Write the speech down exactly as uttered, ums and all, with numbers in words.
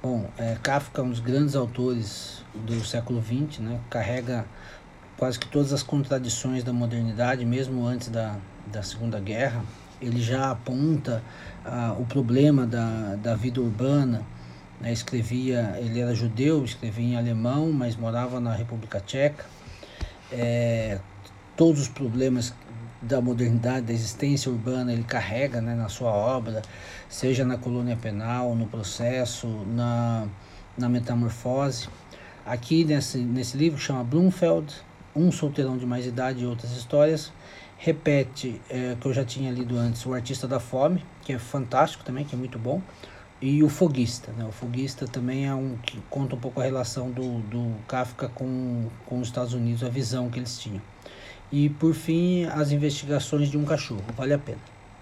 Bom, é, Kafka é um dos grandes autores do século vinte, né? Carrega quase que todas as contradições da modernidade, mesmo antes da, da Segunda Guerra. Ele já aponta ah, o problema da, da vida urbana, né? Escrevia, ele era judeu, escrevia em alemão, mas morava na República Tcheca. É, todos os problemas da modernidade, da existência urbana, ele carrega, né, na sua obra, seja na Colônia Penal, no Processo, na, na Metamorfose. Aqui nesse, nesse livro, que chama Blumfeld, Um Solteirão de Mais Idade e Outras Histórias, repete, é, que eu já tinha lido antes, O Artista da Fome, que é fantástico também, que é muito bom, e O Foguista, né? O Foguista também é um que conta um pouco a relação do, do Kafka com, com os Estados Unidos, a visão que eles tinham. E por fim, As Investigações de um Cachorro, vale a pena.